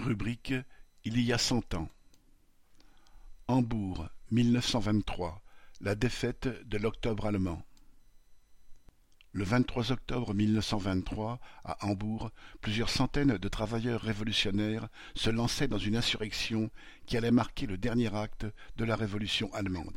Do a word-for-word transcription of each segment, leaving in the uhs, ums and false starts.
Rubrique Il y a cent ans. Hambourg, mille neuf cent vingt-trois. La défaite de l'Octobre allemand. Le vingt-trois octobre mille neuf cent vingt-trois, à Hambourg, plusieurs centaines de travailleurs révolutionnaires se lançaient dans une insurrection qui allait marquer le dernier acte de la révolution allemande.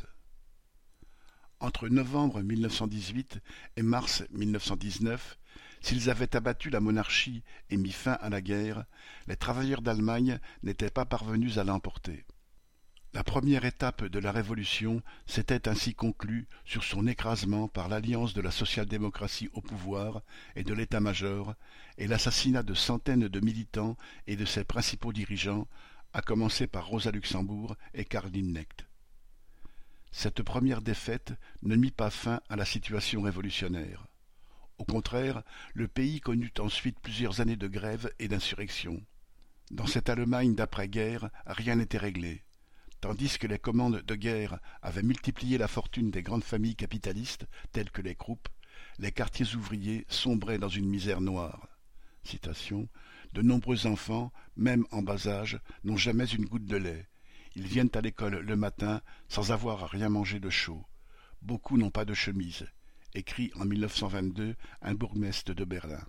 Entre novembre mille neuf cent dix-huit et mars mille neuf cent dix-neuf, s'ils avaient abattu la monarchie et mis fin à la guerre, les travailleurs d'Allemagne n'étaient pas parvenus à l'emporter. La première étape de la Révolution s'était ainsi conclue sur son écrasement par l'alliance de la social-démocratie au pouvoir et de l'état-major et l'assassinat de centaines de militants et de ses principaux dirigeants, à commencer par Rosa Luxembourg et Karl Liebknecht. Cette première défaite ne mit pas fin à la situation révolutionnaire. Au contraire, le pays connut ensuite plusieurs années de grève et d'insurrection. Dans cette Allemagne d'après-guerre, rien n'était réglé. Tandis que les commandes de guerre avaient multiplié la fortune des grandes familles capitalistes, telles que les Krupp, les quartiers ouvriers sombraient dans une misère noire. Citation. De nombreux enfants, même en bas âge, n'ont jamais une goutte de lait. Ils viennent à l'école le matin sans avoir à rien manger de chaud. Beaucoup n'ont pas de chemise, écrit en mille neuf cent vingt-deux un bourgmestre de Berlin.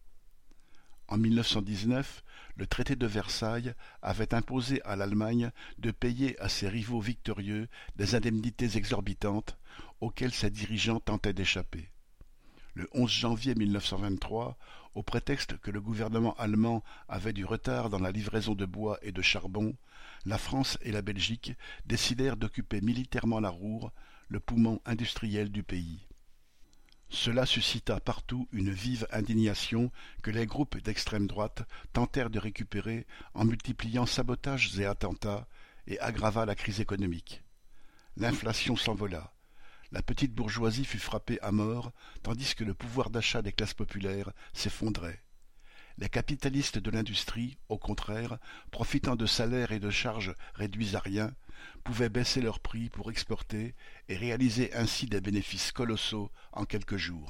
En mille neuf cent dix-neuf, le traité de Versailles avait imposé à l'Allemagne de payer à ses rivaux victorieux des indemnités exorbitantes auxquelles ses dirigeants tentaient d'échapper. Le onze janvier mille neuf cent vingt-trois, au prétexte que le gouvernement allemand avait du retard dans la livraison de bois et de charbon, la France et la Belgique décidèrent d'occuper militairement la Ruhr, le poumon industriel du pays. Cela suscita partout une vive indignation que les groupes d'extrême droite tentèrent de récupérer en multipliant sabotages et attentats et aggrava la crise économique. L'inflation s'envola. La petite bourgeoisie fut frappée à mort, tandis que le pouvoir d'achat des classes populaires s'effondrait. Les capitalistes de l'industrie, au contraire, profitant de salaires et de charges réduits à rien, pouvaient baisser leurs prix pour exporter et réaliser ainsi des bénéfices colossaux en quelques jours.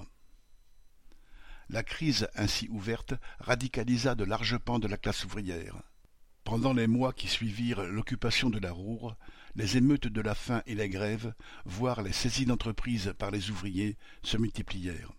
La crise ainsi ouverte radicalisa de larges pans de la classe ouvrière. Pendant les mois qui suivirent l'occupation de la Ruhr, les émeutes de la faim et les grèves, voire les saisies d'entreprises par les ouvriers, se multiplièrent.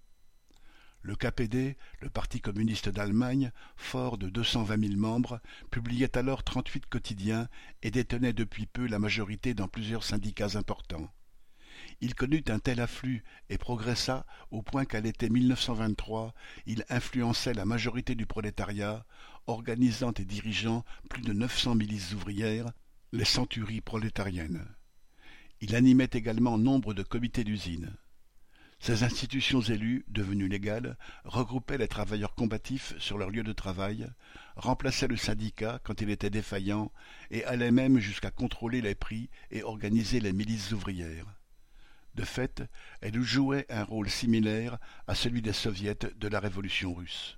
Le K P D, le Parti communiste d'Allemagne, fort de deux cent vingt mille membres, publiait alors trente-huit quotidiens et détenait depuis peu la majorité dans plusieurs syndicats importants. Il connut un tel afflux et progressa au point qu'à l'été mille neuf cent vingt-trois, il influençait la majorité du prolétariat, organisant et dirigeant plus de neuf cents milices ouvrières, les centuries prolétariennes. Il animait également nombre de comités d'usine. Ces institutions élues, devenues légales, regroupaient les travailleurs combatifs sur leur lieu de travail, remplaçaient le syndicat quand il était défaillant et allaient même jusqu'à contrôler les prix et organiser les milices ouvrières. De fait, elles jouaient un rôle similaire à celui des soviets de la révolution russe.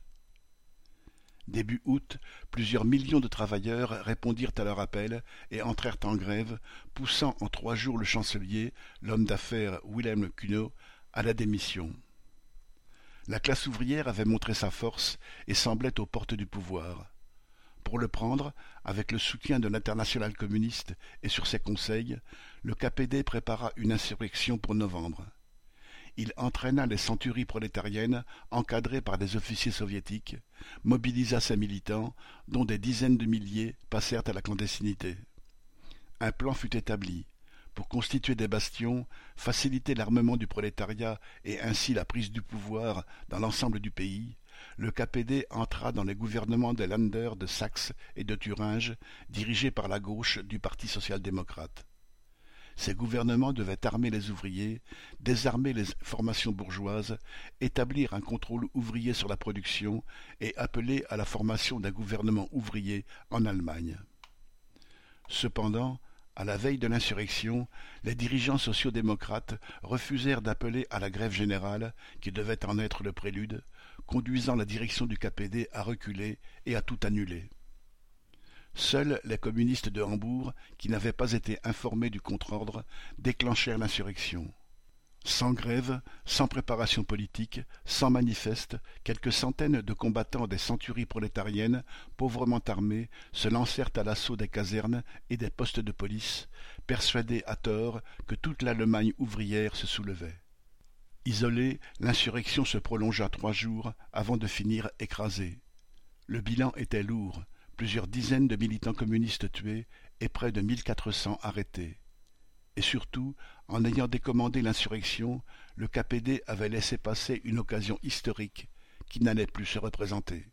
Début août, plusieurs millions de travailleurs répondirent à leur appel et entrèrent en grève, poussant en trois jours le chancelier, l'homme d'affaires Wilhelm Kühne, à la démission. La classe ouvrière avait montré sa force et semblait aux portes du pouvoir. Pour le prendre, avec le soutien de l'internationale communiste et sur ses conseils, le K P D prépara une insurrection pour novembre. Il entraîna les centuries prolétariennes encadrées par des officiers soviétiques, mobilisa ses militants, dont des dizaines de milliers passèrent à la clandestinité. Un plan fut établi. Pour constituer des bastions, faciliter l'armement du prolétariat et ainsi la prise du pouvoir dans l'ensemble du pays, le K P D entra dans les gouvernements des Länder de Saxe et de Thuringe, dirigés par la gauche du Parti social-démocrate. Ces gouvernements devaient armer les ouvriers, désarmer les formations bourgeoises, établir un contrôle ouvrier sur la production et appeler à la formation d'un gouvernement ouvrier en Allemagne. Cependant, à la veille de l'insurrection, les dirigeants sociaux-démocrates refusèrent d'appeler à la grève générale, qui devait en être le prélude, conduisant la direction du K P D à reculer et à tout annuler. Seuls les communistes de Hambourg, qui n'avaient pas été informés du contre-ordre, déclenchèrent l'insurrection. Sans grève, sans préparation politique, sans manifeste, quelques centaines de combattants des centuries prolétariennes, pauvrement armés, se lancèrent à l'assaut des casernes et des postes de police, persuadés à tort que toute l'Allemagne ouvrière se soulevait. Isolée, l'insurrection se prolongea trois jours avant de finir écrasée. Le bilan était lourd, plusieurs dizaines de militants communistes tués et près de mille quatre cents arrêtés. Et surtout, en ayant décommandé l'insurrection, le K P D avait laissé passer une occasion historique qui n'allait plus se représenter.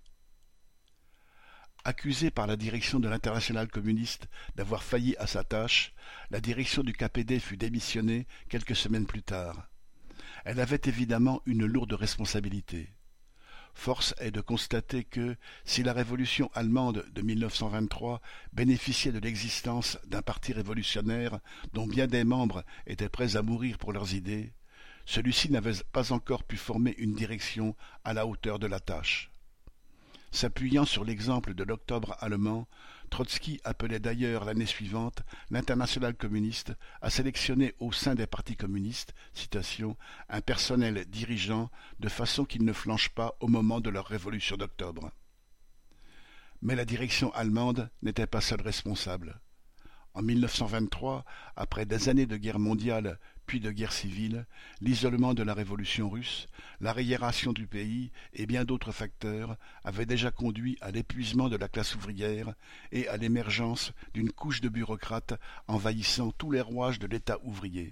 Accusée par la direction de l'Internationale communiste d'avoir failli à sa tâche, la direction du K P D fut démissionnée quelques semaines plus tard. Elle avait évidemment une lourde responsabilité. Force est de constater que, si la révolution allemande de mille neuf cent vingt-trois bénéficiait de l'existence d'un parti révolutionnaire dont bien des membres étaient prêts à mourir pour leurs idées, celui-ci n'avait pas encore pu former une direction à la hauteur de la tâche. S'appuyant sur l'exemple de l'Octobre allemand, Trotsky appelait d'ailleurs l'année suivante l'Internationale communiste à sélectionner au sein des partis communistes, citation, un personnel dirigeant de façon qu'il ne flanche pas au moment de leur révolution d'octobre. Mais la direction allemande n'était pas seule responsable. En mille neuf cent vingt-trois, après des années de guerre mondiale puis de guerre civile, l'isolement de la révolution russe, l'arriération du pays et bien d'autres facteurs avaient déjà conduit à l'épuisement de la classe ouvrière et à l'émergence d'une couche de bureaucrates envahissant tous les rouages de l'État ouvrier.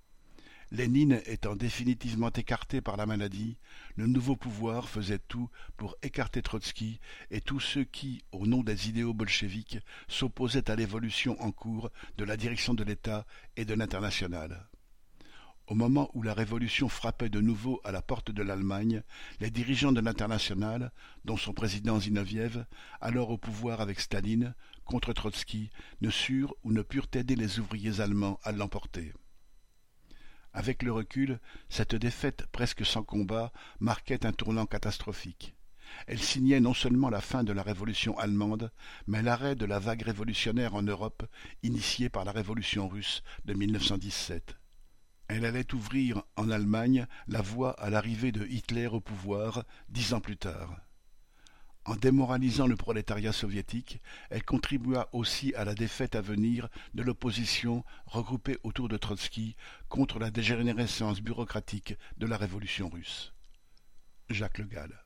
Lénine étant définitivement écarté par la maladie, le nouveau pouvoir faisait tout pour écarter Trotsky et tous ceux qui, au nom des idéaux bolcheviques, s'opposaient à l'évolution en cours de la direction de l'État et de l'Internationale. Au moment où la révolution frappait de nouveau à la porte de l'Allemagne, les dirigeants de l'Internationale, dont son président Zinoviev, alors au pouvoir avec Staline, contre Trotsky, ne surent ou ne purent aider les ouvriers allemands à l'emporter. Avec le recul, cette défaite presque sans combat marquait un tournant catastrophique. Elle signait non seulement la fin de la révolution allemande, mais l'arrêt de la vague révolutionnaire en Europe initiée par la révolution russe de mille neuf cent dix-sept. Elle allait ouvrir en Allemagne la voie à l'arrivée de Hitler au pouvoir dix ans plus tard. En démoralisant le prolétariat soviétique, elle contribua aussi à la défaite à venir de l'opposition regroupée autour de Trotsky contre la dégénérescence bureaucratique de la révolution russe. Jacques Le Gall.